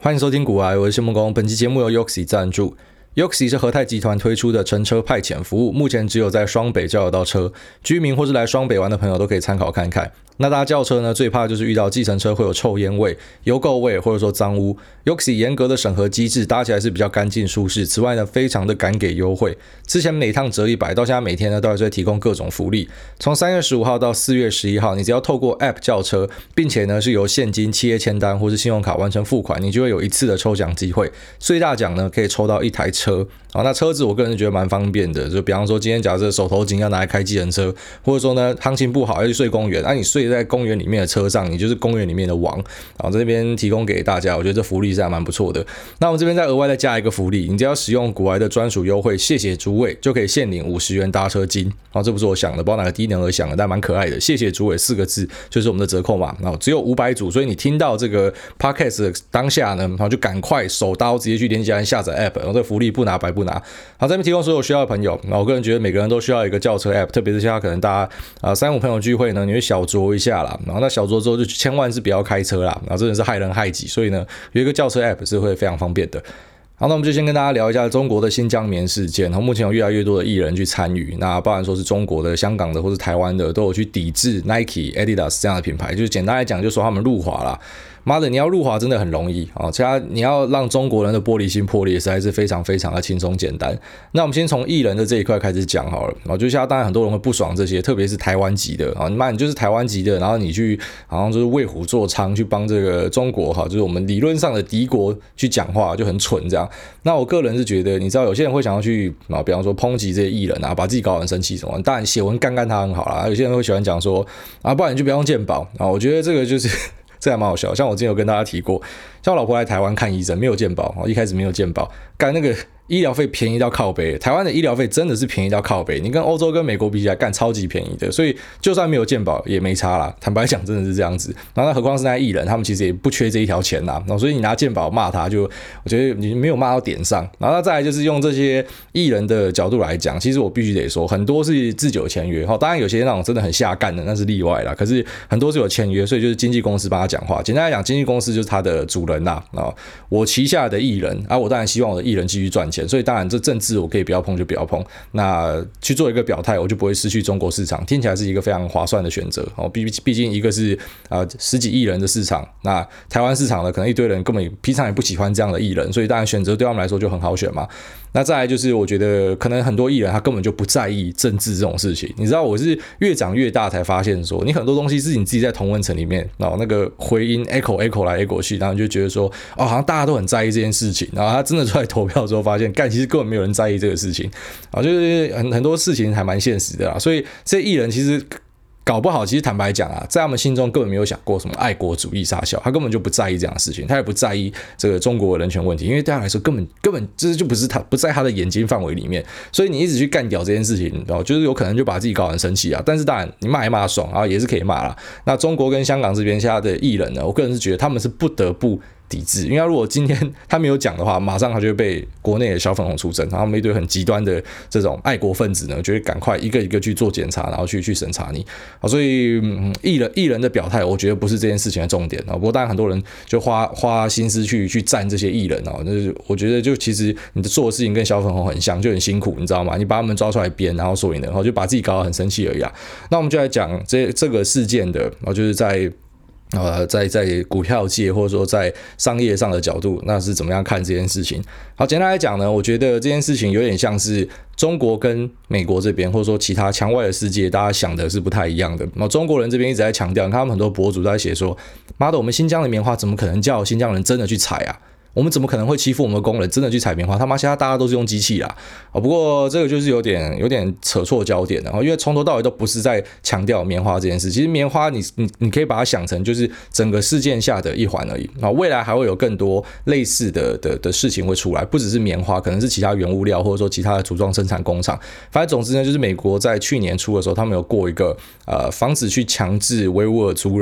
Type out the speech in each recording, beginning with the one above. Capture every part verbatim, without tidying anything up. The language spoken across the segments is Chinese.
欢迎收听股癌，我是谢梦工。本期节目由 Yoxi 赞助。Yoxi 是和泰集团推出的乘车派遣服务，目前只有在双北交流道车，居民或是来双北玩的朋友都可以参考看看。那大家轿车呢，最怕就是遇到计程车会有臭烟味、油垢味或者说脏污。Yoxi 严格的审核机制，搭起来是比较干净舒适。此外呢，非常的敢给优惠，之前每趟折一百，到现在每天呢都还是会提供各种福利。从三月十五号到四月十一号，你只要透过 App 叫车，并且呢是由现金、企业签单或是信用卡完成付款，你就会有一次的抽奖机会。最大奖呢可以抽到一台车。好，那车子我个人觉得蛮方便的，就比方说今天假设手头紧要拿来开计程车，或者说呢行情不好要去睡公园，那、啊、你睡在公园里面的车上，你就是公园里面的王。好，在这边提供给大家，我觉得这福利是还蛮不错的。那我们这边再额外再加一个福利，你只要使用股癌的专属优惠，谢谢主委就可以现领五十元搭车金。好，这不是我想的，不知道哪个低能儿想的，但蛮可爱的。谢谢主委四个字就是我们的折扣码，然后只有五百组，所以你听到这个 podcast 的当下呢，然后就赶快手刀直接去连接下载 app， 然后这福利不拿白不拿。好，这边提供所有需要的朋友，那我个人觉得每个人都需要一个轿车 app， 特别是现在可能大家啊、呃、三五朋友聚会呢，你会小酌一下啦，然后那小酌之后就千万是不要开车啦，然后真的是害人害己，所以呢有一个轿车 app 是会非常方便的。好，那我们就先跟大家聊一下中国的新疆棉事件。目前有越来越多的艺人去参与，那包含说是中国的、香港的或是台湾的，都有去抵制 Nike、Adidas 这样的品牌。就是简单来讲，就说他们入华啦。妈的，你要入华真的很容易啊！其他你要让中国人的玻璃心破裂，实在是非常非常的轻松简单。那我们先从艺人的这一块开始讲好了啊，就像当然很多人会不爽这些，特别是台湾籍的啊，你妈你就是台湾籍的，然后你去好像就是为虎作伥，去帮这个中国哈，就是我们理论上的敌国去讲话，就很蠢这样。那我个人是觉得，你知道有些人会想要去啊，比方说抨击这些艺人啊，把自己搞得很生气什么，当然写文干干他很好啦。有些人会喜欢讲说啊，不然你就不要用健保啊，我觉得这个就是。这还蛮好笑，像我之前有跟大家提过，像我老婆来台湾看医生，没有健保，一开始没有健保，干那个医疗费便宜到靠北，台湾的医疗费真的是便宜到靠北，你跟欧洲跟美国比起来，干超级便宜的，所以就算没有健保也没差啦。坦白讲，真的是这样子。然后何况是那些艺人，他们其实也不缺这一条钱啦，所以你拿健保骂他就，我觉得你没有骂到点上。然后再来就是用这些艺人的角度来讲，其实我必须得说，很多是自酒签约，当然有些那种真的很下干的那是例外啦，可是很多是有签约，所以就是经纪公司帮他讲话。简单来讲，经纪公司就是他的主人啦。我旗下的艺人啊，我当然希望我的艺人继续赚钱，所以当然这政治我可以不要碰就不要碰。那去做一个表态，我就不会失去中国市场，听起来是一个非常划算的选择。哦，毕毕竟一个是呃十几亿人的市场，那台湾市场呢，可能一堆人根本平常也不喜欢这样的艺人，所以当然选择对他们来说就很好选嘛。那再来就是，我觉得可能很多艺人他根本就不在意政治这种事情。你知道，我是越长越大才发现说，你很多东西是你自己在同温层里面，然后那个回音 echo echo 来 echo 去，然后你就觉得说，哦，好像大家都很在意这件事情。然后他真的出来投票之后，发现，干其实根本没有人在意这个事情。啊，就是很很多事情还蛮现实的啦。所以这些艺人其实。搞不好，其实坦白讲啊，在他们心中根本没有想过什么爱国主义杀小，他根本就不在意这样的事情，他也不在意这个中国的人权问题，因为对他来说根本根本这就不是他不在他的眼睛范围里面，所以你一直去干掉这件事情，然后就是有可能就把自己搞得很生气啊。但是当然你骂也骂得爽啊，也是可以骂啦。那中国跟香港这边现在的艺人呢，我个人是觉得他们是不得不。抵制，因为他如果今天他没有讲的话，马上他就会被国内的小粉红出征，然后他们一堆很极端的这种爱国分子呢，就会赶快一个一个去做检查，然后去去审查你。好，所以嗯，艺人艺人的表态，我觉得不是这件事情的重点啊。不过当然很多人就花花心思去去赞这些艺人哦，就是我觉得就其实你的做的事情跟小粉红很像，就很辛苦，你知道吗？你把他们抓出来编，然后所以呢，然后就把自己搞得很生气而已啊。那我们就来讲这这个事件的，然后就是在。呃，在在股票界或者说在商业上的角度，那是怎么样看这件事情？好，简单来讲呢，我觉得这件事情有点像是中国跟美国这边，或者说其他墙外的世界，大家想的是不太一样的。那中国人这边一直在强调，他们很多博主都在写说，妈的，我们新疆的棉花怎么可能叫新疆人真的去采啊？我们怎么可能会欺负我们的工人真的去采棉花？他妈现在大家都是用机器啦。不过这个就是有点有点扯错焦点了，因为从头到尾都不是在强调棉花这件事。其实棉花你你你可以把它想成就是整个事件下的一环而已。未来还会有更多类似的的的事情会出来，不只是棉花，可能是其他原物料或者说其他的组装生产工厂。反正总之呢，就是美国在去年初的时候，他们有过一个呃防止去强制维吾尔族人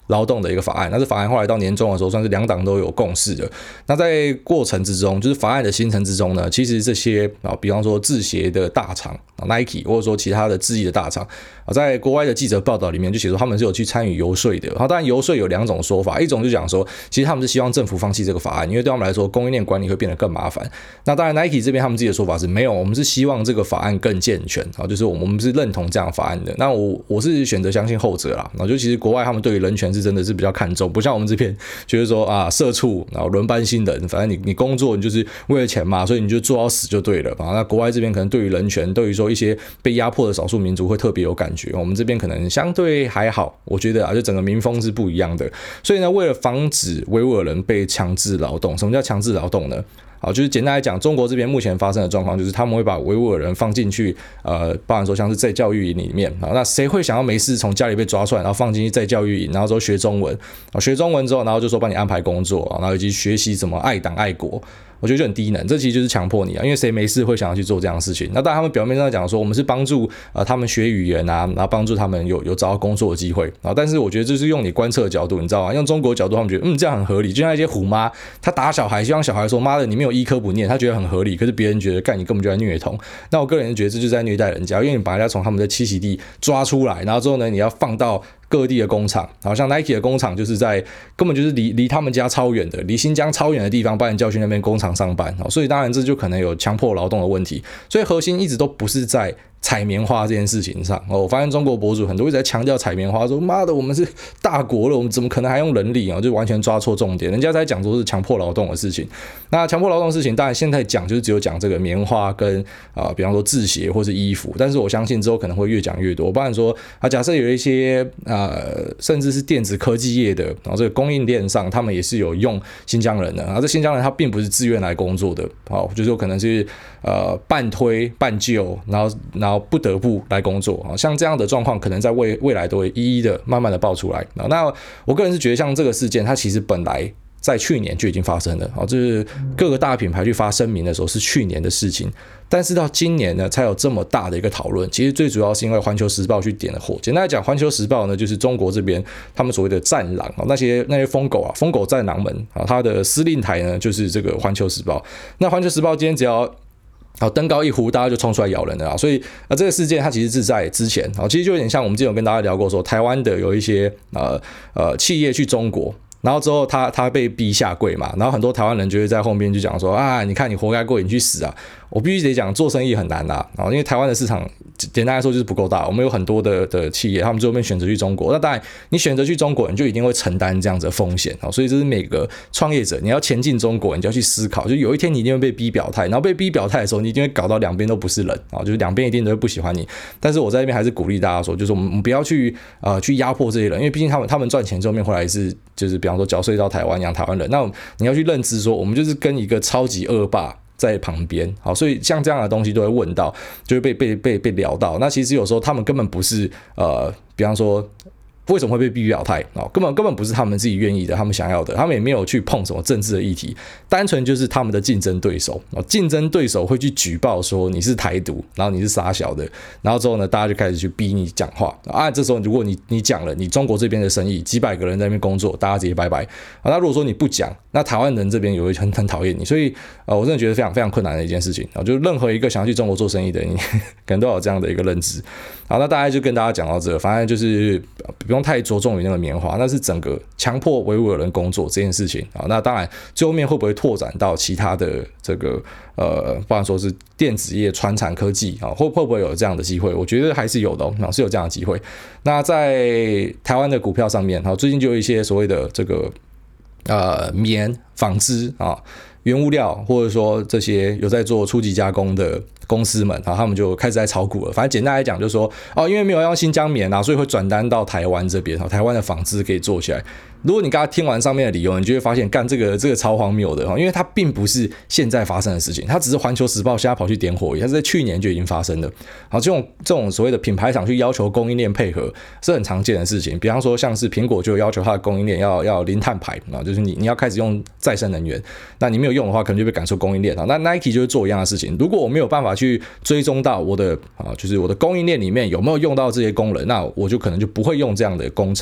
劳动的一个法案。那这法案后来到年终的时候，算是两党都有共识的。那在过程之中，就是法案的形成之中呢，其实这些啊，比方说制鞋的大厂 Nike 或者说其他的制衣的大厂啊，在国外的记者报道里面就写说他们是有去参与游说的。然后当然游说有两种说法，一种就讲说，其实他们是希望政府放弃这个法案，因为对他们来说供应链管理会变得更麻烦。那当然 Nike 这边他们自己的说法是没有，我们是希望这个法案更健全啊，就是我们是认同这样的法案的。那我我是选择相信后者啦。然后就其实国外他们对于人权是真的是比较看重，不像我们这边就是说啊社畜，然后轮班新人，反正你你工作你就是为了钱嘛，所以你就做到死就对了啊。那国外这边可能对于人权，对于说一些被压迫的少数民族会特别有感觉，我们这边可能相对还好，我觉得啊，就整个民风是不一样的。所以呢，为了防止维吾尔人被强制劳动，什么叫强制劳动呢？好，就是简单来讲，中国这边目前发生的状况就是他们会把维吾尔人放进去，呃，包含说像是在教育营里面啊，那谁会想要没事从家里被抓出来，然后放进去在教育营，然后之后学中文啊，学中文之后，然后就说帮你安排工作啊，然后以及学习怎么爱党爱国。我觉得就很低能，这其实就是强迫你啊，因为谁没事会想要去做这样的事情？那当然他们表面上讲说我们是帮助呃他们学语言啊，然后帮助他们有有找到工作的机会啊，但是我觉得这是用你观测的角度，你知道吗？用中国角度，他们觉得嗯这样很合理，就像一些虎妈，她打小孩，希望小孩说妈的你没有医科不念，她觉得很合理，可是别人觉得干你根本就在虐童。那我个人觉得这就是在虐待人家，因为你把人家从他们的栖息地抓出来，然后之后呢你要放到各地的工厂，好像 Nike 的工厂就是在根本就是离离他们家超远的，离新疆超远的地方，把你叫去那边工厂上班，所以当然这就可能有强迫劳动的问题。所以核心一直都不是在采棉花这件事情上。我发现中国博主很多一直在强调采棉花，说妈的我们是大国了，我们怎么可能还用人力啊？就完全抓错重点。人家在讲说是强迫劳动的事情。那强迫劳动的事情，当然现在讲就是只有讲这个棉花跟啊、呃，比方说制鞋或是衣服，但是我相信之后可能会越讲越多。包含说啊，假设有一些呃，甚至是电子科技业的，然后这个供应链上，他们也是有用新疆人的，然后这新疆人他并不是自愿来工作的，好，就是有可能是呃半推半就，然后然后不得不来工作，像这样的状况，可能在未未来都会一一的慢慢的爆出来。那我个人是觉得，像这个事件，它其实本来在去年就已经发生了，就是各个大品牌去发声明的时候是去年的事情，但是到今年呢才有这么大的一个讨论。其实最主要是因为环球时报去点了火。简单来讲，环球时报呢就是中国这边他们所谓的战狼，那些那些疯狗啊，疯狗战狼们啊，它的司令台呢就是这个环球时报。那环球时报今天只要好，登高一呼，大家就冲出来咬人了啊！所以呃，这个事件它其实是在之前，其实就有点像我们之前有跟大家聊过说，台湾的有一些呃呃企业去中国。然后之后他他被逼下跪嘛，然后很多台湾人就会在后面就讲说啊，你看你活该跪，你去死啊！我必须得讲，做生意很难啦，啊，因为台湾的市场简单来说就是不够大，我们有很多的的企业，他们最后面选择去中国，那当然你选择去中国，你就一定会承担这样子的风险啊，所以这是每个创业者你要前进中国，你就要去思考，就有一天你一定会被逼表态，然后被逼表态的时候，你一定会搞到两边都不是人啊，就是两边一定都会不喜欢你。但是我在这边还是鼓励大家说，就是我们不要去呃去压迫这些人，因为毕竟他们他们赚钱之后面回来是就是比方说缴税到台湾养台湾人，那你要去认知说，我们就是跟一个超级恶霸在旁边，好，所以像这样的东西都会问到，就会被被被被聊到。那其实有时候他们根本不是呃，比方说为什么会被逼表态啊？根本根本不是他们自己愿意的，他们想要的，他们也没有去碰什么政治的议题，单纯就是他们的竞争对手啊，竞争对手会去举报说你是台独，然后你是杀小的，然后之后呢，大家就开始去逼你讲话啊。这时候如果你你讲了，你中国这边的生意几百个人在那边工作，大家直接拜拜啊。那如果说你不讲，那台湾人这边也会很很讨厌你，所以呃，我真的觉得非常非常困难的一件事情啊。就是任何一个想要去中国做生意的人，可能都有这样的一个认知。好，那大概就跟大家讲到这个，反正就是不用太着重于那个棉花，那是整个强迫维吾尔人工作这件事情啊。那当然最后面会不会拓展到其他的这个呃，不然说是电子业、传产科技啊，会会不会有这样的机会？我觉得还是有的，哦，是有这样的机会。那在台湾的股票上面，最近就有一些所谓的这个呃棉纺织啊。原物料或者说这些有在做初级加工的公司们啊，他们就开始在炒股了。反正简单来讲，就是说哦，因为没有用新疆棉啊，所以会转单到台湾这边，台湾的纺织可以做起来。如果你刚才听完上面的理由，你就会发现，干这个这个超荒谬的，因为它并不是现在发生的事情，它只是环球时报现在跑去点火，它是在去年就已经发生了。好，这种这种所谓的品牌厂去要求供应链配合是很常见的事情。比方说，像是苹果就要求它的供应链要要零碳排啊，就是你你要开始用再生能源，那你没有用的话，可能就被赶出供应链啊。那 Nike 就会做一样的事情，如果我没有办法去追踪到我的啊，就是我的供应链里面有没有用到这些功能，那我就可能就不会用这样的工厂。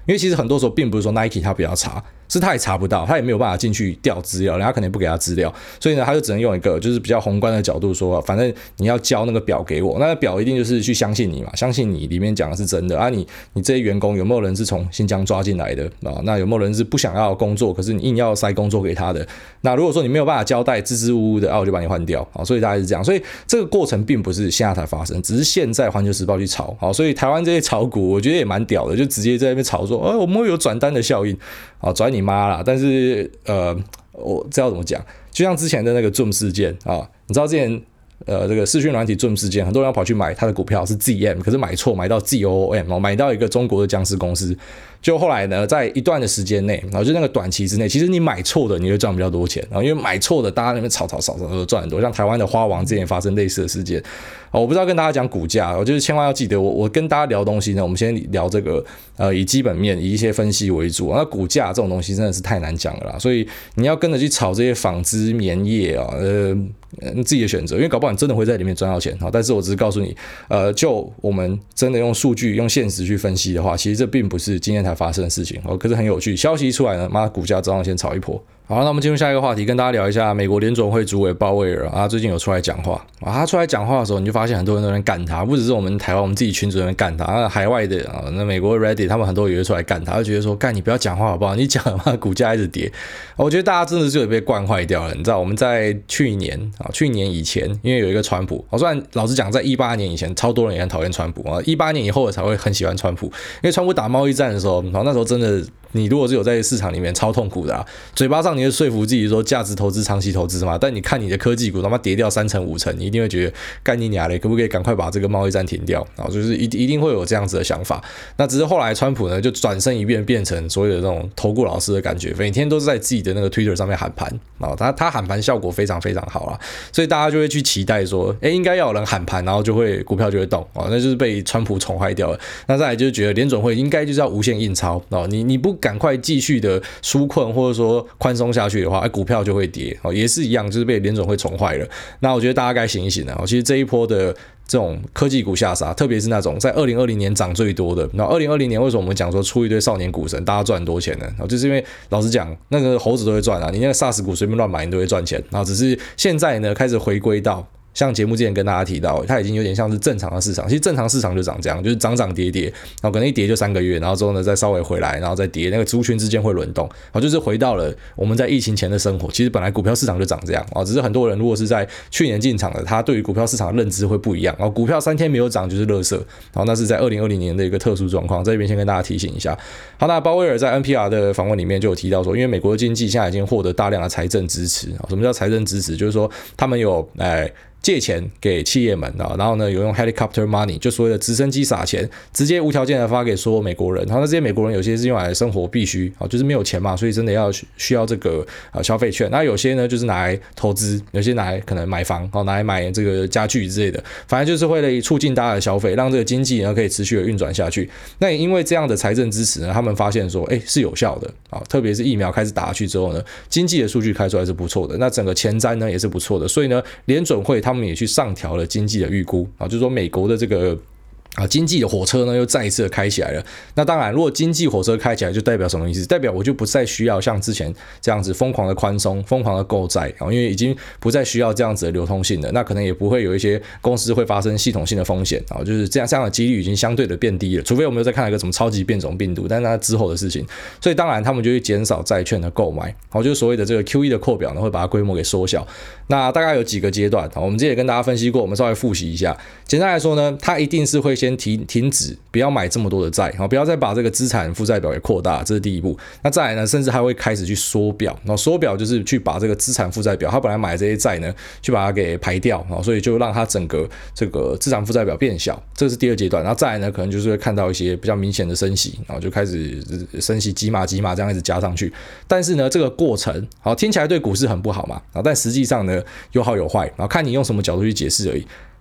因为其实很多时候并不是说 Nike 它比较差，是他也查不到，他也没有办法进去调资料，人家可能不给他资料，所以呢，他就只能用一个就是比较宏观的角度说，反正你要交那个表给我，那个表一定就是去相信你嘛，相信你里面讲的是真的啊你，你你这些员工有没有人是从新疆抓进来的啊？那有没有人是不想要工作，可是你硬要塞工作给他的？那如果说你没有办法交代，支支吾吾的啊，我就把你换掉啊，所以大概是这样，所以这个过程并不是现在才发生，只是现在环球时报去炒，好，所以台湾这些炒股，我觉得也蛮屌的，就直接在那边炒说，呃，我们会有转单的效应，好，转你妈啦！但是呃，我这要怎么讲？就像之前的那个 Zoom 事件啊，你知道之前呃这个视讯软体 Zoom 事件，很多人要跑去买他的股票是 Z M， 可是买错，买到 Z O O M， 买到一个中国的僵尸公司。就后来呢，在一段的时间内，然后就那个短期之内，其实你买错的，你会赚比较多钱，然后因为买错的，大家那边炒炒炒炒都赚很多。像台湾的花王之前也发生类似的事件，哦，我不知道跟大家讲股价，我就是千万要记得，我我跟大家聊东西呢，我们先聊这个，呃，以基本面，以一些分析为主。那股价这种东西真的是太难讲了啦，所以你要跟着去炒这些纺织棉业啊，呃，你自己的选择，因为搞不好你真的会在里面赚到钱。好，但是我只是告诉你，呃，就我们真的用数据、用现实去分析的话，其实这并不是今天才发生的事情，哦，可是很有趣。消息一出来呢，妈，股价早上先炒一波。好，那我们进入下一个话题，跟大家聊一下美国联准会主委鲍威尔啊，最近有出来讲话啊。他出来讲话的时候，你就发现很多人都在干他，不只是我们台湾我们自己群组人干他，那海外的啊，那美国 Reddit 他们很多也会出来干他，就觉得说，干你不要讲话好不好？你讲的话股价一直跌。我觉得大家真的是有被惯坏掉了。你知道我们在去年啊，去年以前，因为有一个川普，我虽然老实讲，在一八年以前，超多人也很讨厌川普啊，一八年以后才会很喜欢川普，因为川普打贸易战的时候，然后那时候真的。你如果是有在市场里面超痛苦的啊，嘴巴上你会说服自己说价值投资、长期投资嘛，但你看你的科技股他妈跌掉三成五成，你一定会觉得干你娘嘞，可不可以赶快把这个贸易战停掉？然后就是一一定会有这样子的想法。那只是后来川普呢就转身一变，变成所有的这种投顾老师的感觉，每天都是在自己的那个 Twitter 上面喊盘啊，他他喊盘效果非常非常好啦，所以大家就会去期待说，哎，应该要有人喊盘，然后就会股票就会动啊，那就是被川普宠坏掉了。那再来就是觉得联准会应该就是要无限印钞啊，你你不赶快继续的纾困或者说宽松下去的话，股票就会跌，也是一样，就是被联准会宠坏了。那我觉得大家该醒一醒了。其实这一波的这种科技股下杀，特别是那种在二零二零年涨最多的。那二零二零年为什么我们讲说出一堆少年股神，大家赚很多钱呢？就是因为老实讲，那个猴子都会赚啊，你那个 SaaS 股随便乱买，你都会赚钱。然后只是现在呢，开始回归到。像节目之前跟大家提到，它已经有点像是正常的市场，其实正常市场就长这样，就是涨涨跌跌，然后可能一跌就三个月，然后之后呢再稍微回来，然后再跌，那个族群之间会轮动，然后就是回到了我们在疫情前的生活。其实本来股票市场就长这样啊，只是很多人如果是在去年进场的，他对于股票市场的认知会不一样，然后股票三天没有涨就是垃圾，然后那是在二零二零年的一个特殊状况，在这边先跟大家提醒一下。好，那鲍威尔在 N P R 的访问里面就有提到说，因为美国的经济现在已经获得大量的财政支持，什么叫财政支持？就是说他们有哎。借钱给企业们啊，然后呢有用 helicopter money， 就所谓的直升机撒钱，直接无条件的发给所有美国人。然后这些美国人有些是用来生活必须啊，就是没有钱嘛，所以真的要需要这个呃消费券。那有些呢就是拿来投资，有些拿来可能买房，哦拿来买这个家具之类的，反正就是为了促进大家的消费，让这个经济呢可以持续的运转下去。那也因为这样的财政支持呢，他们发现说，哎是有效的啊，特别是疫苗开始打下去之后呢，经济的数据开出来是不错的，那整个前瞻呢也是不错的，所以呢联准会他们也去上调了经济的预估啊，就是说美国的这个啊，经济的火车呢又再一次的开起来了。那当然，如果经济火车开起来，就代表什么意思？代表我就不再需要像之前这样子疯狂的宽松、疯狂的购债啊，因为已经不再需要这样子的流通性了。那可能也不会有一些公司会发生系统性的风险啊，就是这样这样的几率已经相对的变低了。除非我们又再看到一个什么超级变种病毒，但是那之后的事情。所以当然他们就会减少债券的购买，好，就是所谓的这个 Q E 的扩表呢，会把它规模给缩小。那大概有几个阶段，我们之前也跟大家分析过，我们稍微复习一下。简单来说呢，它一定是会先停停止，不要买这么多的债，不要再把这个资产负债表给扩大，这是第一步。那再来呢，甚至还会开始去缩表，然后缩表就是去把这个资产负债表，它本来买这些债呢，去把它给排掉，所以就让它整个这个资产负债表变小，这是第二阶段。然后再来呢，可能就是会看到一些比较明显的升息，然后就开始升息几码几码这样一直加上去。但是呢，这个过程好听起来对股市很不好嘛，但实际上呢有好有坏，然后看你用什么角度去解释而已。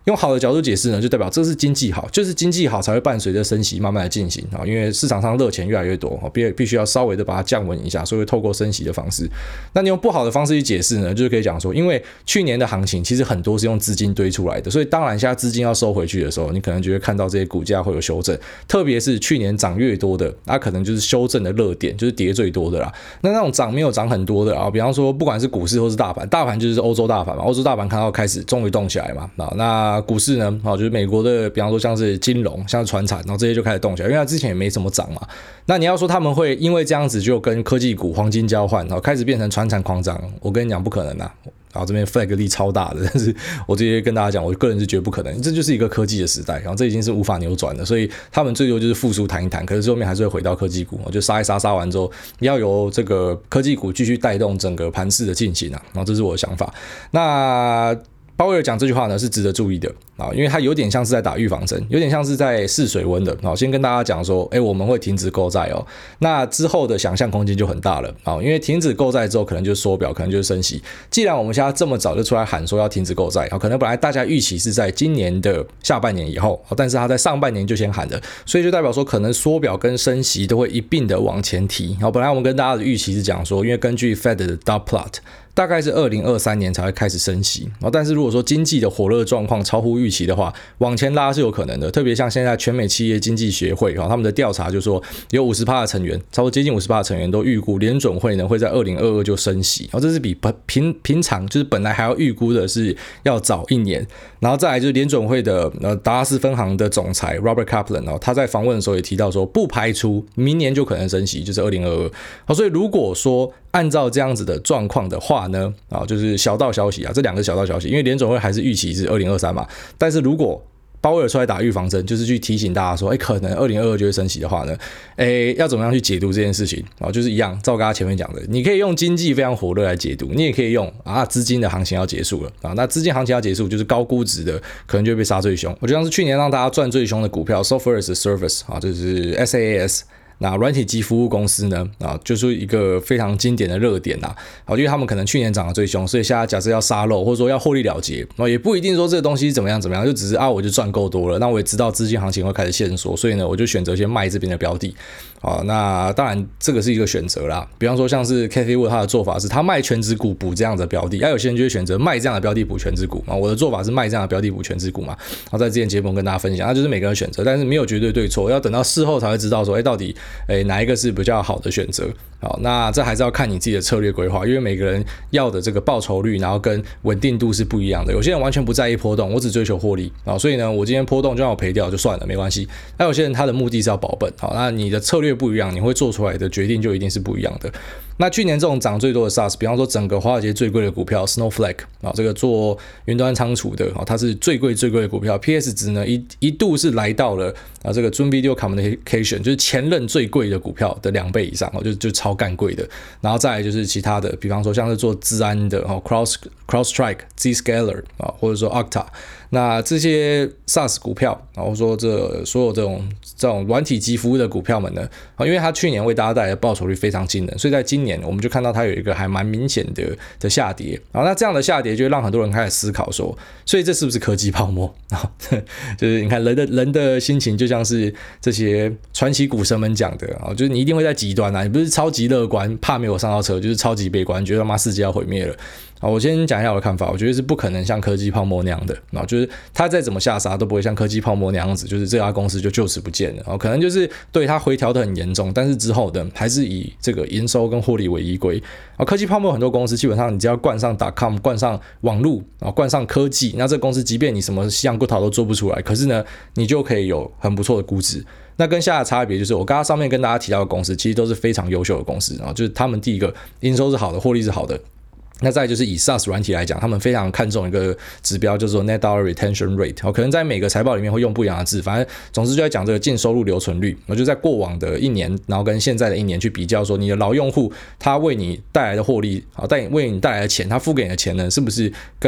用好的角度解释呢，就代表这是经济好，就是经济好才会伴随着升息慢慢的进行啊，因为市场上热钱越来越多，必必须要稍微的把它降温一下，所以会透过升息的方式。那你用不好的方式去解释呢，就是可以讲说，因为去年的行情其实很多是用资金堆出来的，所以当然现在资金要收回去的时候，你可能就会看到这些股价会有修正，特别是去年涨越多的，那、啊、可能就是修正的热点，就是跌最多的啦。那那种涨没有涨很多的啊，比方说不管是股市或是大盘，大盘就是欧洲大盘嘛，欧洲大盘看到开始终于动起来嘛，啊，那股市呢，啊，就是美国的，比方说像是金融、像是传产，然后这些就开始动起来，因为它之前也没怎么涨嘛。那你要说他们会因为这样子就跟科技股黄金交换，然后开始变成传产狂涨，我跟你讲不可能啊。然后这边 flag 力超大的，但是我直接跟大家讲，我个人是觉得不可能，这就是一个科技的时代，然后这已经是无法扭转的，所以他们最多就是复苏谈一谈，可是后面还是会回到科技股，就杀一杀，杀完之后要由这个科技股继续带动整个盘势的进行啊，然后这是我的想法。那鲍威尔讲这句话呢是值得注意的啊，因为他有点像是在打预防针，有点像是在试水温的啊。先跟大家讲说，哎，我们会停止购债哦，那之后的想象空间就很大了啊，因为停止购债之后，可能就是缩表，可能就是升息。既然我们现在这么早就出来喊说要停止购债啊，可能本来大家预期是在今年的下半年以后，但是他在上半年就先喊了，所以就代表说可能缩表跟升息都会一并的往前提。然后本来我们跟大家的预期是讲说，因为根据 Fed 的 dot plot。大概是二零二三年才会开始升息，但是如果说经济的火热状况超乎预期的话，往前拉是有可能的。特别像现在全美企业经济协会他们的调查就说，有 百分之五十 的成员，超过接近 百分之五十 的成员都预估联准会呢会在二零二二就升息，这是比平平常就是本来还要预估的是要早一年。然后再来就是联准会的呃达拉斯分行的总裁 Robert Kaplan 他在访问的时候也提到说，不排除明年就可能升息，就是二零二二。所以如果说按照这样子的状况的话呢，啊，就是小道消息啊，这两个小道消息，因为联准会还是预期是二零二三嘛，但是如果鲍威尔出来打预防针，就是去提醒大家说，哎，可能二零二二就会升息的话呢，哎，要怎么样去解读这件事情啊？就是一样，照刚刚前面讲的，你可以用经济非常火热来解读，你也可以用啊，资金的行情要结束了啊，那资金行情要结束，就是高估值的可能就会被杀最凶。我就像是去年让大家赚最凶的股票 ，Software as a Service 啊，就是 S A A S。那软体及服务公司呢，啊，就是一个非常经典的热点呐，啊，因为他们可能去年涨得最凶，所以现在假设要杀肉或者说要获利了结，啊，也不一定说这个东西怎么样怎么样，就只是啊，我就赚够多了，那我也知道资金行情会开始限缩，所以呢，我就选择先卖这边的标的，啊，那当然这个是一个选择啦，比方说像是 Cathie Wood 他的做法是他卖全指股补这样的标的，而有些人就会选择卖这样的标的补全指股啊，我的做法是卖这样的标的补全指股嘛，然后在之前节目跟大家分享，那就是每个人选择，但是没有绝对对错，要等到事后才会知道说，哎，到底哎哪一个是比较好的选择。好，那这还是要看你自己的策略规划，因为每个人要的这个报酬率，然后跟稳定度是不一样的。有些人完全不在意波动，我只追求获利啊，所以呢，我今天波动就让我赔掉就算了，没关系。那有些人他的目的是要保本，好，那你的策略不一样，你会做出来的决定就一定是不一样的。那去年这种涨最多的 SaaS， 比方说整个华尔街最贵的股票 Snowflake 啊，这个做云端仓储的啊，它是最贵最贵的股票 ，P S 值呢一一度是来到了啊这个 Zoom Video Communication 就是前任最贵的股票的两倍以上，就就超干贵的。然后再来就是其他的，比方说像是做资安的哦 ，Cross CrowdStrike、Zscaler 啊，或者说 Okta。那这些 SaaS 股票，然后说这所有这种这种软体及服务的股票们呢，因为它去年为大家带来的报酬率非常惊人，所以在今年我们就看到它有一个还蛮明显的的下跌。然后那这样的下跌就会让很多人开始思考说，所以这是不是科技泡沫？就是你看人的人的心情就像是这些传奇股神们讲的啊，就是你一定会在极端啊，你不是超级乐观，怕没有上到车，就是超级悲观，觉得他妈世界要毁灭了。好，我先讲一下我的看法，我觉得是不可能像科技泡沫那样的，然后就是它再怎么下杀都不会像科技泡沫那样子，就是这家公司就就此不见了，然后可能就是对它回调的很严重，但是之后的还是以这个营收跟获利为依归。啊，科技泡沫很多公司基本上你只要冠上 .com 冠上网络，然后冠上科技，那这个公司即便你什么西洋骨头都做不出来，可是呢你就可以有很不错的估值。那跟现在的差别就是，我刚刚上面跟大家提到的公司其实都是非常优秀的公司，然后就是他们第一个营收是好的，获利是好的。那再来就是以 SaaS 软体来讲，他们非常看重一个指标叫做 Net Dollar Retention Rate， 可能在每个财报里面会用不一样的字，反正总之就在讲这个净收入留存率。我就在过往的一年，然后跟现在的一年去比较，说你的老用户他为你带来的获利，带为你带来的钱，他付给你的钱呢，是不是跟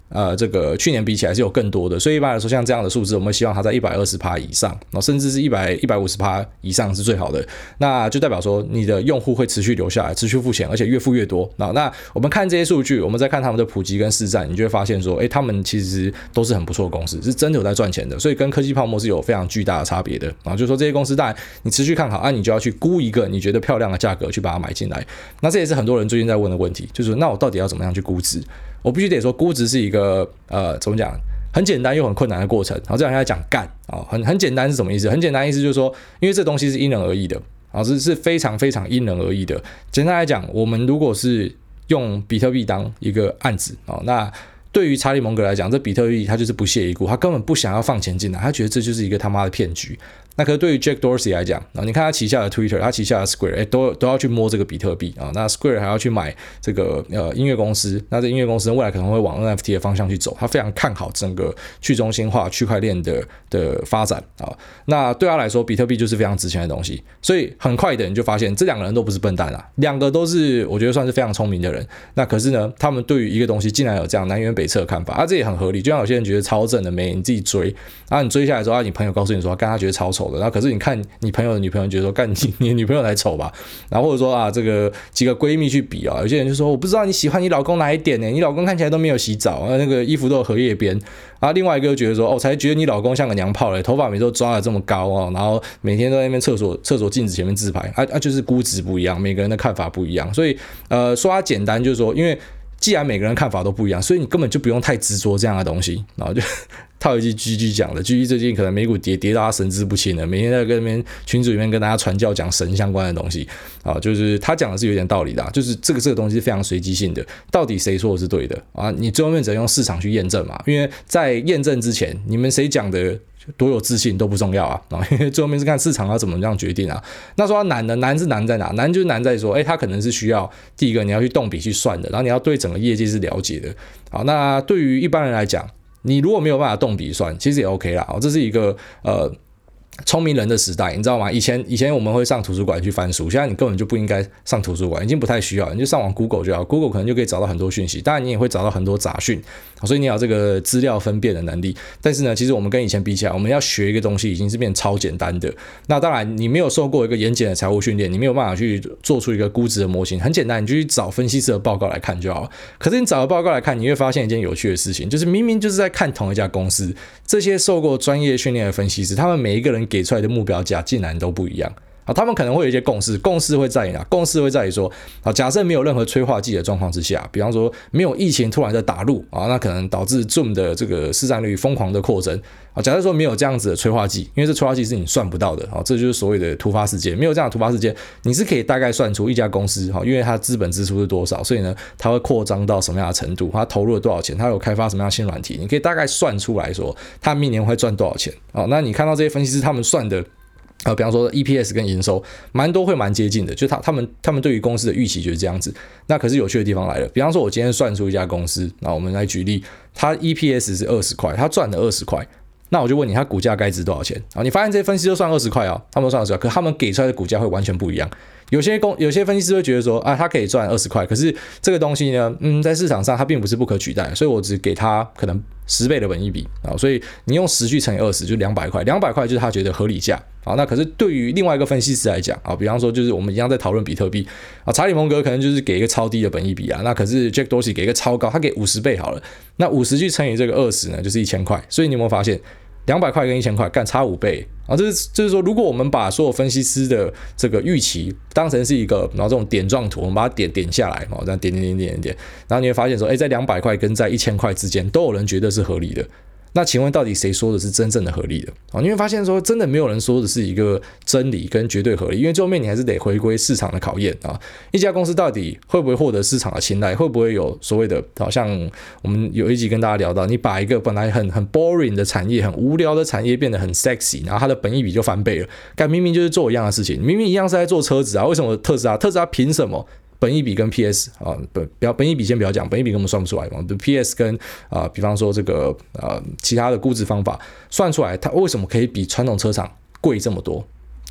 呃这个去年比起来是有更多的，所以一般来说像这样的数字，我们希望它在 百分之一百二十 以上，然后甚至是一百、一百五十 以上是最好的，那就代表说你的用户会持续留下来，持续付钱，而且越付越多。那那我们看这些数据，我们再看他们的普及跟市占，你就会发现说，哎，他们其实都是很不错的公司，是真的有在赚钱的，所以跟科技泡沫是有非常巨大的差别的。然后就说这些公司，当然你持续看好，啊，你就要去估一个你觉得漂亮的价格去把它买进来。那这也是很多人最近在问的问题，就是那我到底要怎么样去估值？我必须得说，估值是一个呃，怎么讲？很简单又很困难的过程。然后这两天在讲干啊，很很简单是什么意思？很简单意思就是说，因为这东西是因人而异的，啊，是是非常非常因人而异的。简单来讲，我们如果是用比特币当一个案子啊，那对于查理蒙格来讲，这比特币他就是不屑一顾，他根本不想要放钱进来，他觉得这就是一个他妈的骗局。那可是对于 Jack Dorsey 来讲，你看他旗下的 Twitter， 他旗下的 Square， 欸、都都要去摸这个比特币啊。那 Square 还要去买这个呃音乐公司，那这音乐公司未来可能会往 N F T 的方向去走，他非常看好整个去中心化区块链的的发展啊。那对他来说，比特币就是非常值钱的东西，所以很快的你就发现这两个人都不是笨蛋啊，两个都是我觉得算是非常聪明的人。那可是呢，他们对于一个东西竟然有这样南辕北辙的看法啊，这也很合理。就像有些人觉得超正的美，你自己追，啊，你追下来之后，啊，你朋友告诉你说，干他觉得超丑的，然后可是你看你朋友的女朋友觉得说，干你你的女朋友才丑吧，然后或者说啊，这个几个闺蜜去比啊，有些人就说我不知道你喜欢你老公哪一点呢？你老公看起来都没有洗澡，啊，那个衣服都有荷叶边，啊，另外一个就觉得说，哦，才觉得你老公像个娘炮嘞，头发每次都抓得这么高哦，然后每天都在那边厕所厕所镜子前面自拍，啊啊，就是估值不一样，每个人的看法不一样，所以呃，说它简单就是说，因为既然每个人看法都不一样，所以你根本就不用太执着这样的东西，然后就套一句 G G 讲的 ，G G 最近可能美股跌跌到他神志不清了，每天在跟那边群组里面跟大家传教讲神相关的东西啊，就是他讲的是有点道理的，啊，就是这个这个东西是非常随机性的，到底谁说的是对的啊？你最后面只能用市场去验证嘛，因为在验证之前，你们谁讲的多有自信都不重要啊，因为最后面是看市场要怎么样决定啊。那说它难呢，难是难在哪？难就是难在说，哎，它可能是需要第一个你要去动笔去算的，然后你要对整个业界是了解的。好，那对于一般人来讲，你如果没有办法动笔算，其实也 OK 啦。这是一个呃聪明人的时代，你知道吗？以前以前我们会上图书馆去翻书，现在你根本就不应该上图书馆，已经不太需要，你就上网 Google 就好 ，Google 可能就可以找到很多讯息，当然你也会找到很多杂讯，所以你要有这个资料分辨的能力。但是呢，其实我们跟以前比起来，我们要学一个东西已经是变超简单的。那当然，你没有受过一个严谨的财务训练，你没有办法去做出一个估值的模型，很简单，你就去找分析师的报告来看就好了。可是你找了报告来看，你会发现一件有趣的事情，就是明明就是在看同一家公司，这些受过专业训练的分析师，他们每一个人给出来的目标价竟然都不一样。啊，他们可能会有一些共识，共识会在于哪？共识会在于说，啊，假设没有任何催化剂的状况之下，比方说没有疫情突然的打入啊，那可能导致 Zoom 的这个市占率疯狂的扩增啊。假设说没有这样子的催化剂，因为这催化剂是你算不到的啊，这就是所谓的突发事件。没有这样的突发事件，你是可以大概算出一家公司哈，因为它资本支出是多少，所以呢，它会扩张到什么样的程度，它投入了多少钱，它有开发什么样的新软体，你可以大概算出来说，它明年会赚多少钱啊。那你看到这些分析师他们算的。呃，比方说 E P S 跟营收，蛮多会蛮接近的，就他他们他们对于公司的预期就是这样子。那可是有趣的地方来了，比方说我今天算出一家公司，那我们来举例，它 E P S 是二十块，它赚了二十块，那我就问你，它股价该值多少钱？啊，你发现这些分析都算二十块啊，他们都算二十块，可他们给出来的股价会完全不一样。有些公有些分析师会觉得说，啊，它可以赚二十块，可是这个东西呢，嗯，在市场上它并不是不可取代，所以我只给它可能十倍的本益比啊，所以你用十去乘以二十，就两百块，两百块就是他觉得合理价啊。那可是对于另外一个分析师来讲啊，比方说就是我们一样在讨论比特币啊，查理蒙格可能就是给一个超低的本益比啊，那可是 Jack Dorsey 给一个超高，他给五十倍好了，那五十去乘以这个二十呢，就是一千块，所以你有没有发现？两百块跟一千块干差五倍啊！这是就是说，如果我们把所有分析师的这个预期当成是一个，然后这种点状图，我们把它点点下来，哦，这样点点点点点，然后你会发现说，哎，在两百块跟在一千块之间，都有人觉得是合理的。那请问到底谁说的是真正的合理的啊？你会发现说，真的没有人说的是一个真理跟绝对合理，因为最后面你还是得回归市场的考验啊。一家公司到底会不会获得市场的青睐，会不会有所谓的，好像我们有一集跟大家聊到，你把一个本来很很 boring 的产业、很无聊的产业变得很 sexy， 然后它的本益比就翻倍了。干明明就是做一样的事情，明明一样是在做车子啊，为什么特斯拉？特斯拉凭什么？本益比跟 P S 啊，不要本益比先不要讲，本益比根本算不出来嘛。P S 跟啊、呃，比方说这个呃其他的估值方法算出来，它为什么可以比传统车厂贵这么多？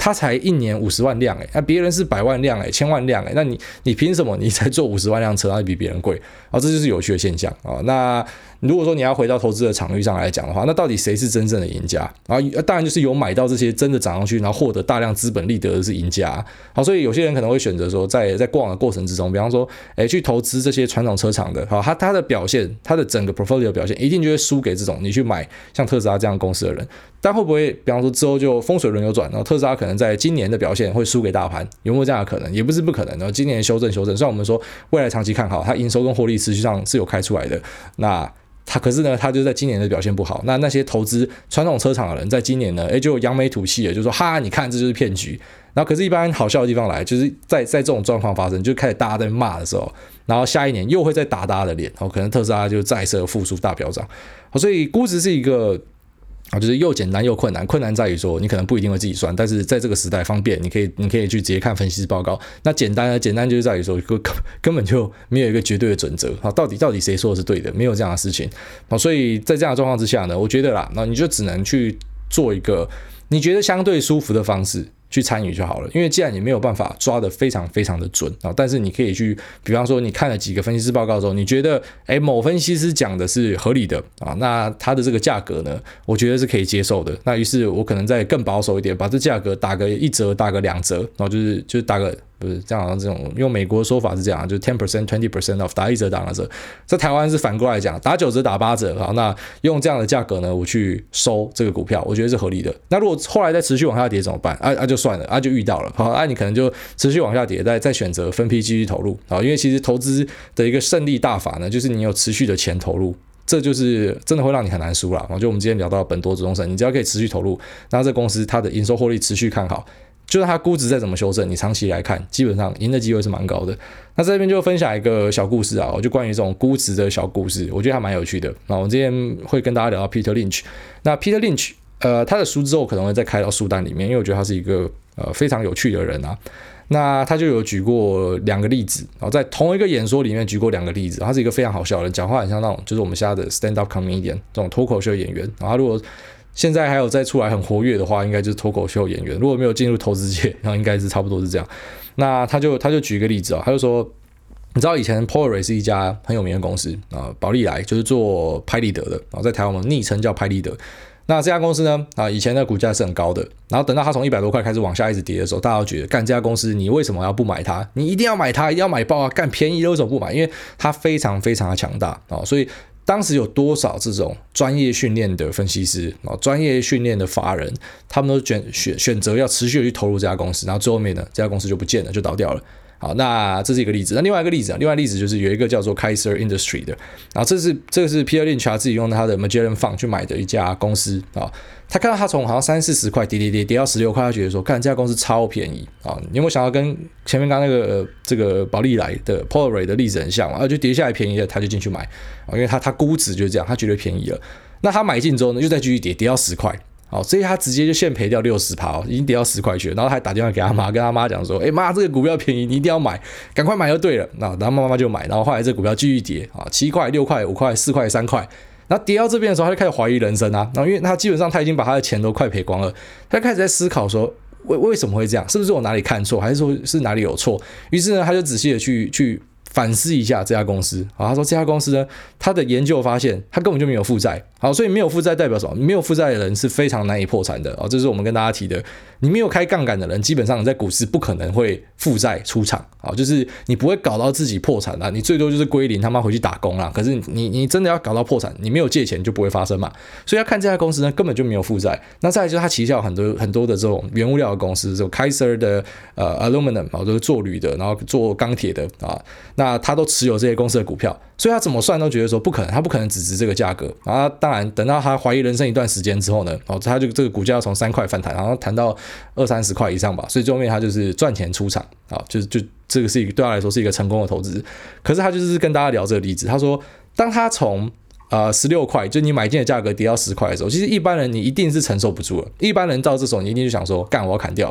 他才一年五十万辆哎，那别人是百万辆哎，千万辆哎，那你你凭什么你才做五十万辆车，还比别人贵啊？这就是有趣的现象啊。那如果说你要回到投资的场域上来讲的话，那到底谁是真正的赢家？然后当然就是有买到这些真的涨上去，然后获得大量资本利得的是赢家。好，所以有些人可能会选择说在，在在逛的过程之中，比方说，哎，去投资这些传统车厂的，好，他他的表现，他的整个 portfolio 的表现，一定就会输给这种你去买像特斯拉这样公司的人。但会不会，比方说之后就风水轮流转，然后特斯拉可能在今年的表现会输给大盘，有没有这样的可能？也不是不可能。然后今年修正修正，虽然我们说未来长期看好，它营收跟获利持续上是有开出来的，那。他可是呢，他就在今年的表现不好。那那些投资传统车厂的人，在今年呢，哎，就扬眉吐气了，就说哈，你看这就是骗局。然后可是，一般好笑的地方来，就是在在这种状况发生，就开始大家在骂的时候，然后下一年又会再打大家的脸，然后可能特斯拉就再次复苏大飙涨。所以估值是一个。啊，就是又简单又困难，困难在于说你可能不一定会自己算，但是在这个时代方便，你可以你可以去直接看分析师报告。那简单呢？简单就是在于说根根本就没有一个绝对的准则啊，到底到底谁说的是对的？没有这样的事情啊，所以在这样的状况之下呢，我觉得啦，那你就只能去做一个你觉得相对舒服的方式。去参与就好了，因为既然你没有办法抓得非常非常的准啊，但是你可以去，比方说你看了几个分析师报告之后，你觉得哎某分析师讲的是合理的啊，那他的这个价格呢，我觉得是可以接受的。那于是我可能再更保守一点，把这价格打个一折，打个两折，然后就是就是打个。不是这样，好像这种用美国的说法是这样，就是 ten percent twenty percent off 打一折打两折，在台湾是反过来讲，打九折打八折，好，那用这样的价格呢，我去收这个股票，我觉得是合理的。那如果后来再持续往下跌怎么办？啊啊就算了，啊就遇到了，好，啊你可能就持续往下跌，再再选择分批继续投入，好，因为其实投资的一个胜利大法呢，就是你有持续的钱投入。这就是真的会让你很难输啦。就我们今天聊到本多之中生，你只要可以持续投入，那这公司它的营收获利持续看好，就算它估值再怎么修正，你长期来看，基本上赢的机会是蛮高的。那在这边就分享一个小故事啊，就关于这种估值的小故事，我觉得还蛮有趣的。那我之前会跟大家聊到 Peter Lynch， 那 Peter Lynch， 呃，他的书之后可能会再开到书单里面，因为我觉得他是一个呃非常有趣的人啊。那他就有举过两个例子，然后在同一个演说里面举过两个例子。他是一个非常好笑的人，讲话很像那种就是我们现在的 stand up comedian 这种脱口秀演员。然后他如果现在还有再出来很活跃的话，应该就是脱口秀演员。如果没有进入投资界，然后应该是差不多是这样。那他就他就举一个例子啊，他就说，你知道以前 Polaroid 是一家很有名的公司啊，宝丽来就是做拍立得的，然后在台湾我们昵称叫拍立得。那这家公司呢，啊，以前的股价是很高的，然后等到它从一百多块开始往下一直跌的时候，大家都觉得，干这家公司你为什么要不买它？你一定要买它，一定要买爆啊！干便宜的为什么不买？因为它非常非常的强大啊，所以当时有多少这种专业训练的分析师啊，专业训练的法人，他们都选选选择要持续的去投入这家公司，然后最后面呢，这家公司就不见了，就倒掉了。好，那这是一个例子。那另外一个例子啊，另外一个例子就是有一个叫做 Kaiser Industry 的，然后这是这个是 Peter Lynch 他自己用他的 Magellan Fund 去买的一家公司啊。他看到他从好像三四十块跌跌跌跌到十六块，他觉得说，看这家公司超便宜啊！你有没有想到跟前面刚刚那个、呃、这个宝丽来的 Polaroid 的例子很像嘛？啊，就跌下来便宜了，他就进去买啊，因为他他估值就是这样，他觉得便宜了。那他买进之后呢，又再继续跌，跌到十块。好，所以他直接就现赔掉 百分之六十 哦，已经跌到十块去了。然后还打电话给他妈，跟他妈讲说：“哎妈，这个股票便宜，你一定要买，赶快买就对了。”那然后妈妈就买，然后后来这个股票继续跌啊，七块、六块、五块、四块、三块。然后跌到这边的时候，他就开始怀疑人生啊。然后因为他基本上他已经把他的钱都快赔光了，他就开始在思考说：为为什么会这样？是不是我哪里看错，还是说是哪里有错？于是呢，他就仔细的去去。反思一下这家公司啊，他说这家公司呢，他的研究发现，他根本就没有负债。好，所以没有负债代表什么？没有负债的人是非常难以破产的啊，这是我们跟大家提的。你没有开杠杆的人，基本上你在股市不可能会负债出场啊，就是你不会搞到自己破产啊，你最多就是归零，他妈回去打工啦。可是你你真的要搞到破产，你没有借钱就不会发生嘛。所以要看这家公司呢，根本就没有负债。那再来就是他旗下有很多很多的这种原物料的公司，这种 Kaiser 的呃 Aluminum 啊，就是做铝的，然后做钢铁的啊，那他都持有这些公司的股票。所以他怎么算都觉得说不可能，他不可能只值这个价格。然后当然等到他怀疑人生一段时间之后呢，哦，他就这个股价要从三块反弹，然后谈到二三十块以上吧。所以最后面他就是赚钱出场啊，就是就这个是一个对他来说是一个成功的投资。可是他就是跟大家聊这个例子，他说当他从呃十六块，就你买进的价格跌到十块的时候，其实一般人你一定是承受不住了。一般人到这种你一定就想说，干我要砍掉了。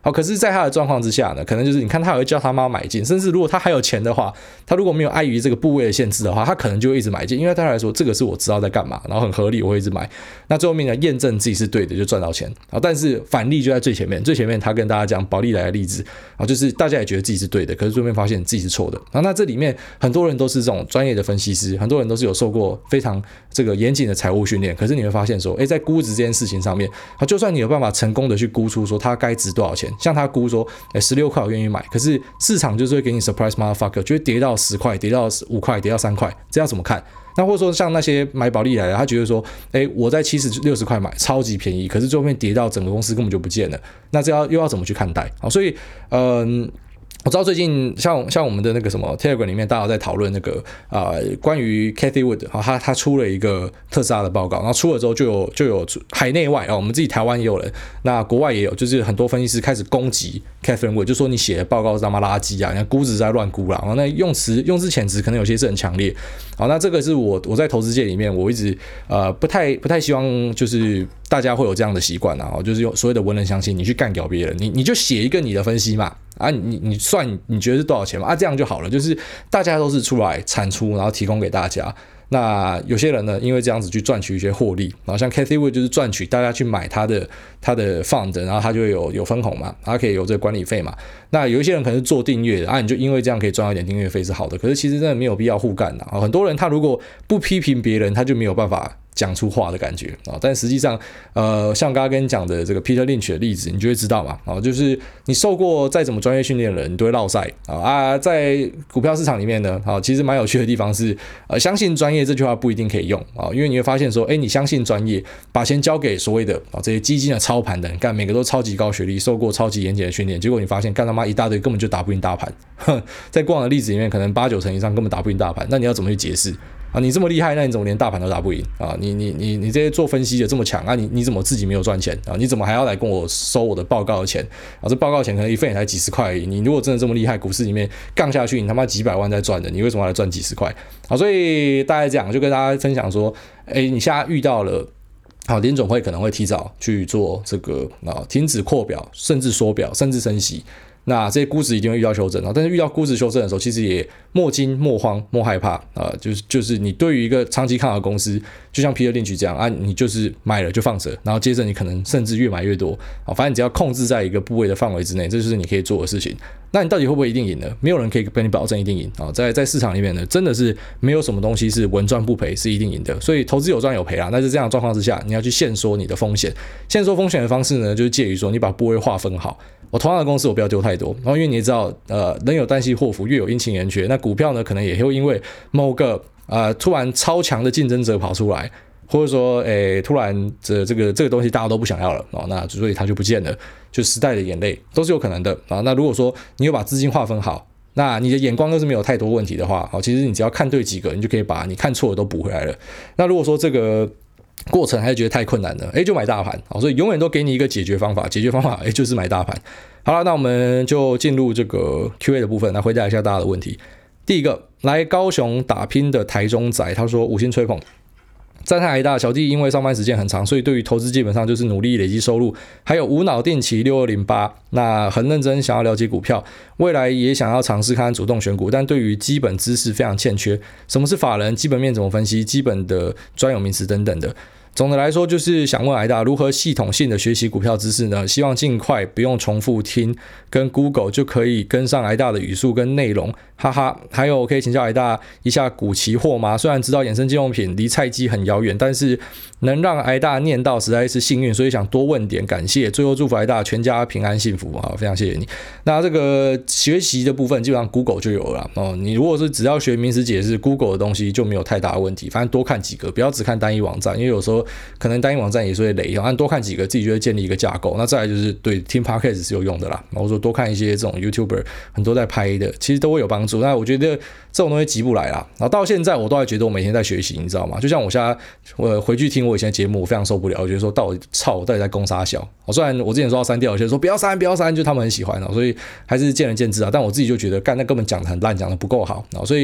好，可是在他的状况之下呢，可能就是你看他还会叫他妈买进，甚至如果他还有钱的话，他如果没有碍于这个部位的限制的话，他可能就会一直买进，因为对他来说这个是我知道在干嘛，然后很合理，我会一直买。那最后面呢，验证自己是对的就赚到钱。好，但是反例就在最前面，最前面他跟大家讲保利来的例子，好，就是大家也觉得自己是对的，可是最后面发现自己是错的。好，那这里面很多人都是这种专业的分析师，很多人都是有受过非常这个严谨的财务训练，可是你会发现说，哎，在估值这件事情上面，好，就算你有办法成功的去估出说它该值多少钱，像他估说，哎，十六块我愿意买，可是市场就是会给你 surprise motherfucker， 就会跌到十块，跌到五块，跌到三块，这要怎么看？那或者说像那些买保利来的，他觉得说，哎，我在七十六十块买，超级便宜，可是最后面跌到整个公司根本就不见了，那这要又要怎么去看待？好，所以，嗯、呃。我知道最近像像我们的那个什么 Telegram 里面，大家在讨论那个啊、呃、关于 Cathie Wood 啊，他他出了一个特斯拉的报告，然后出了之后就有就有海内外啊，我们自己台湾也有人，那国外也有，就是很多分析师开始攻击 Cathie Wood， 就说你写的报告是他妈垃圾啊，你看估值在乱估啦，然后那用词用字遣词可能有些是很强烈。好，那这个是我我在投资界里面，我一直呃不太不太希望就是大家会有这样的习惯啊，就是用所谓的文人相信，你去干掉别人，你你就写一个你的分析嘛。啊，你你算你觉得是多少钱嘛？啊，这样就好了。就是大家都是出来产出，然后提供给大家。那有些人呢，因为这样子去赚取一些获利，然后像 Cathie Wood 就是赚取大家去买他的他的 fund， 然后他就会有有分红嘛，他可以有这个管理费嘛。那有一些人可能是做订阅的啊，你就因为这样可以赚到一点订阅费是好的。可是其实真的没有必要互干的啊。很多人他如果不批评别人，他就没有办法讲出话的感觉啊，但实际上，呃，像刚刚跟你讲的这个 Peter Lynch 的例子，你就会知道嘛，啊，就是你受过再怎么专业训练的人，你都会落赛啊啊，在股票市场里面呢，啊，其实蛮有趣的地方是，呃，相信专业这句话不一定可以用啊，因为你会发现说，哎，你相信专业，把钱交给所谓的啊这些基金的操盘的人，干每个都超级高学历，受过超级严谨的训练，结果你发现干他妈一大堆根本就打不赢大盘，在过往的例子里面，可能八九成以上根本打不赢大盘，那你要怎么去解释？啊，你这么厉害，那你怎么连大盘都打不赢啊？你你你你这些做分析的这么强啊，你你怎么自己没有赚钱啊？你怎么还要来跟我收我的报告的钱啊？这报告钱可能一份也才几十块而已。你如果真的这么厉害，股市里面杠下去，你他妈几百万在赚的，你为什么要来赚几十块？好，所以大概这样就跟大家分享说，哎，你现在遇到了。好，联总会可能会提早去做这个啊，停止扩表，甚至缩表，甚至升息。那这些估值一定会遇到修正啊，但是遇到估值修正的时候，其实也莫惊莫慌莫害怕啊，就是就是你对于一个长期看好的公司，就像 Peter Lynch 这样啊，你就是买了就放着，然后接着你可能甚至越买越多啊，反正你只要控制在一个部位的范围之内，这就是你可以做的事情。那你到底会不会一定赢呢？没有人可以跟你保证一定赢啊，在在市场里面呢，真的是没有什么东西是稳赚不赔，是一定赢的。所以投资有赚有赔啊，那是这样的状况之下，你要去限缩你的风险。限缩风险的方式呢，就是介于说你把部位划分好。我同样的公司我不要丢太多，然后因为你也知道，呃，人有旦夕祸福，月有阴晴圆缺。那股票呢，可能也会因为某个呃突然超强的竞争者跑出来，或者说，诶，突然这这个这个东西大家都不想要了啊，那所以它就不见了，就时代的眼泪都是有可能的啊。那如果说你有把资金划分好，那你的眼光又是没有太多问题的话，好，其实你只要看对几个，你就可以把你看错的都补回来了。那如果说这个过程还是觉得太困难了，哎，就买大盘，好，所以永远都给你一个解决方法，解决方法哎就是买大盘。好了，那我们就进入这个 Q A 的部分，来回答一下大家的问题。第一个，来高雄打拼的台中仔，他说五星吹捧。赞叹癌大小弟因为上班时间很长，所以对于投资基本上就是努力累积收入，还有无脑定期六二零八，那很认真想要了解股票，未来也想要尝试看看主动选股，但对于基本知识非常欠缺，什么是法人，基本面怎么分析，基本的专有名词等等的。总的来说，就是想问癌大如何系统性的学习股票知识呢？希望尽快不用重复听，跟 Google 就可以跟上癌大的语速跟内容，哈哈。还有可以请教癌大一下股期货吗？虽然知道衍生金融品离菜鸡很遥远，但是能让癌大念到实在是幸运，所以想多问点，感谢。最后祝福癌大全家平安幸福啊，非常谢谢你。那这个学习的部分基本上 Google 就有了哦。你如果是只要学名词解释 ，Google 的东西就没有太大的问题，反正多看几个，不要只看单一网站，因为有时候可能单一网站也是会雷，按多看几个，自己就会建立一个架构。那再来就是对听 podcast 是有用的啦，或者说多看一些这种 YouTuber 很多在拍的，其实都会有帮助。那我觉得这种东西急不来啦。然后到现在我都还觉得我每天在学习，你知道吗？就像我现在我回去听我以前的节目，我非常受不了，我觉得说到底操我到底在攻啥小？虽然我之前说要删掉，有些人说不要删不要删，就他们很喜欢，所以还是见仁见智啊。但我自己就觉得干那根本讲的很烂，讲的不够好，所以。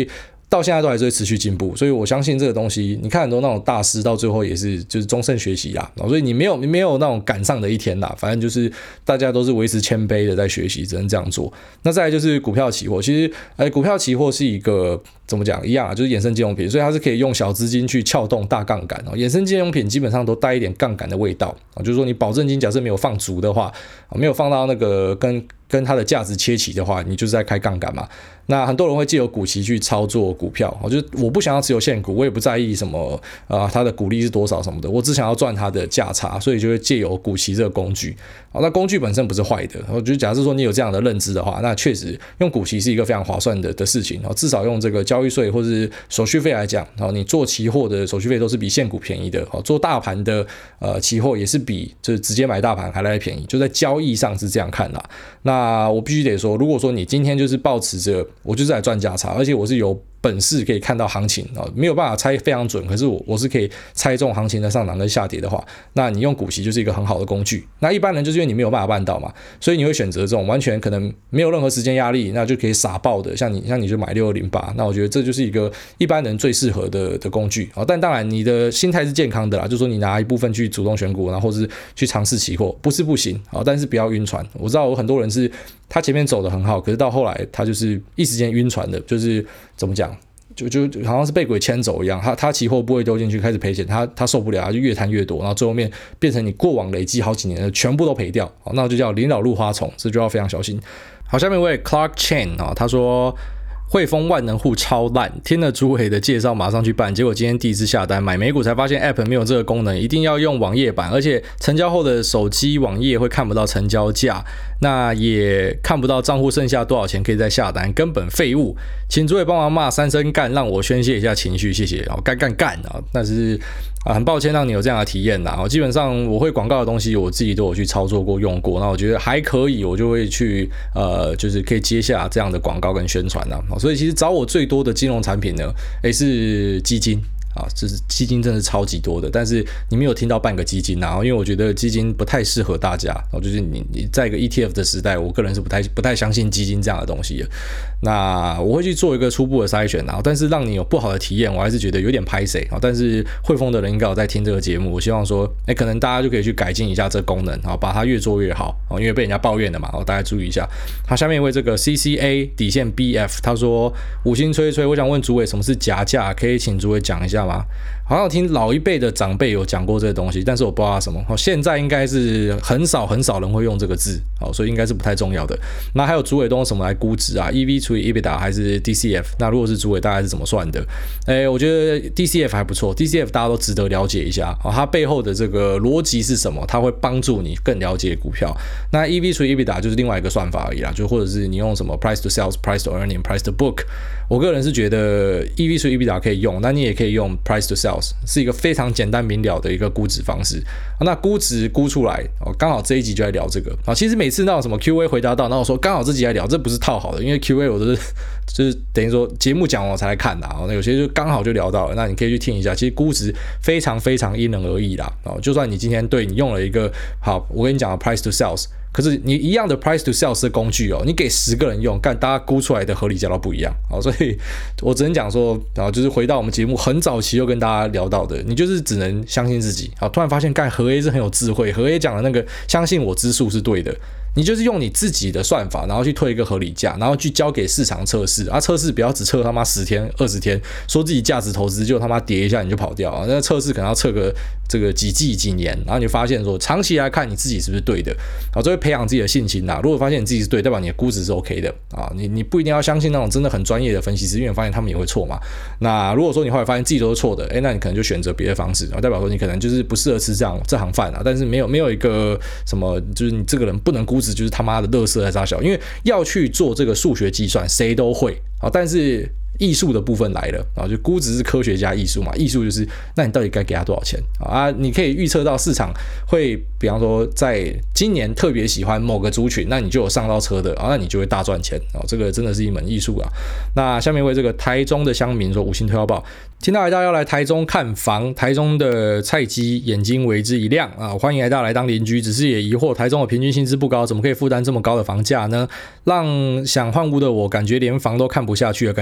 到现在都还是会持续进步，所以我相信这个东西，你看很多那种大师到最后也是就是终身学习啦，所以你没有你没有那种赶上的一天啦，反正就是大家都是维持谦卑的在学习，只能这样做。那再来就是股票期货，其实呃股票期货是一个怎么讲一样啊，就是衍生金融品，所以它是可以用小资金去撬动大杠杆哦。衍生金融品基本上都带一点杠杆的味道啊，就是说你保证金假设没有放足的话，没有放到那个跟跟它的价值切齐的话，你就是在开杠杆嘛。那很多人会借由股息去操作股票，就是我不想要持有现股，我也不在意什么呃它的股利是多少什么的，我只想要赚它的价差，所以就会借由股息这个工具。好，那工具本身不是坏的，我觉得假设说你有这样的认知的话，那确实用股息是一个非常划算的的事情。至少用这个交易税或是手续费来讲，你做期货的手续费都是比现股便宜的，做大盘的呃期货也是比就是直接买大盘还来得便宜，就在交易上是这样看啦。那我必须得说，如果说你今天就是抱持着我就是来赚价差，而且我是有本事可以看到行情啊，没有办法猜非常准，可是我我是可以猜中行情的上涨跟下跌的话，那你用股息就是一个很好的工具。那一般人就是因为你没有办法办到嘛，所以你会选择这种完全可能没有任何时间压力，那就可以傻爆的，像你像你就买六二零八，那我觉得这就是一个一般人最适合的的工具啊。但当然你的心态是健康的啦，就是说你拿一部分去主动选股，然后或是去尝试期货，不是不行啊，但是不要晕船。我知道有很多人是他前面走的很好，可是到后来他就是一时间晕船的，就是怎么讲？就就好像是被鬼牵走一样，他他期货部位丢进去开始赔钱，他他受不了，他就越摊越多，然后最后面变成你过往累积好几年的全部都赔掉，那就叫临老入花丛，这就要非常小心。好，下面一位 Clark Chen 啊，他说。汇丰万能户超烂，听了朱伟的介绍马上去办，结果今天第一次下单买美股才发现 App 没有这个功能，一定要用网页版，而且成交后的手机网页会看不到成交价，那也看不到账户剩下多少钱可以再下单，根本废物，请朱伟帮忙骂三声干，让我宣泄一下情绪，谢谢。然后干干干啊，但是啊很抱歉让你有这样的体验啦，基本上我会广告的东西我自己都有去操作过用过，那我觉得还可以，我就会去呃就是可以接下这样的广告跟宣传啦。所以其实找我最多的金融产品呢，诶是基金啊，就是基金真的是超级多的，但是你没有听到半个基金啊，因为我觉得基金不太适合大家，就是你你在一个 E T F 的时代，我个人是不太不太相信基金这样的东西的。那我会去做一个初步的筛选啊，但是让你有不好的体验，我还是觉得有点拍谁啊。但是汇丰的人应该有在听这个节目，我希望说，哎，可能大家就可以去改进一下这个功能啊，把它越做越好啊，因为被人家抱怨的嘛，大家注意一下。好，下面一位这个 C C A 底线 B F， 他说五星吹吹，我想问主委什么是夹价，可以请主委讲一下吗？好像听老一辈的长辈有讲过这个东西，但是我不知道它什么。现在应该是很少很少人会用这个字，所以应该是不太重要的。那还有主委都用什么来估值啊 ？E V 除以 EBITDA 还是 D C F？ 那如果是主委大概是怎么算的？诶，我觉得 D C F 还不错 ，D C F 大家都值得了解一下，它背后的这个逻辑是什么？它会帮助你更了解股票。那 E V 除以 EBITDA 就是另外一个算法而已啦，就或者是你用什么 Price to Sales、Price to Earning、Price to Book。我个人是觉得 E V 除以 EBITDA 可以用，那你也可以用 Price to Sales， 是一个非常简单明了的一个估值方式。那估值估出来，刚好这一集就来聊这个啊。其实每次那种什么 Q A 回答到，那我说刚好这集来聊，这不是套好的，因为 Q A 我都是就是等于说节目讲完我才来看的啊。那有些就刚好就聊到了，那你可以去听一下。其实估值非常非常因人而异啦。就算你今天对你用了一个好，我跟你讲的 Price to Sales。可是你一样的 price to sales 的工具哦，你给十个人用，干大家估出来的合理价都不一样，好，所以我只能讲说，然后就是回到我们节目很早期就跟大家聊到的，你就是只能相信自己，好，突然发现干何 A 是很有智慧，何 A 讲的那个相信我之术是对的。你就是用你自己的算法，然后去推一个合理价，然后去交给市场测试啊。测试不要只测他妈十天、二十天，说自己价值投资就他妈跌一下你就跑掉啊。那测试可能要测个这个几季几年，然后你就发现说长期来看你自己是不是对的，好，这会培养自己的信心呐。如果发现你自己是对，代表你的估值是 OK 的啊。你你不一定要相信那种真的很专业的分析师，因为发现他们也会错嘛。那如果说你后来发现自己都是错的，哎，那你可能就选择别的方式啊，代表说你可能就是不适合吃这样这行饭啊。但是没有没有一个什么，就是你这个人不能估值，就是他妈的乐色还是啥小，因为要去做这个数学计算，谁都会啊，但是艺术的部分来了啊，就估值是科学家艺术嘛，艺术就是那你到底该给他多少钱啊？你可以预测到市场会，比方说在今年特别喜欢某个族群，那你就有上到车的啊，那你就会大赚钱啊，这个真的是一门艺术啊。那下面为这个台中的乡民说五星推销报，听到来大家要来台中看房，台中的菜鸡眼睛为之一亮啊，欢迎来大家来当邻居，只是也疑惑台中的平均薪资不高，怎么可以负担这么高的房价呢？让想换屋的我感觉连房都看不下去了，感觉房子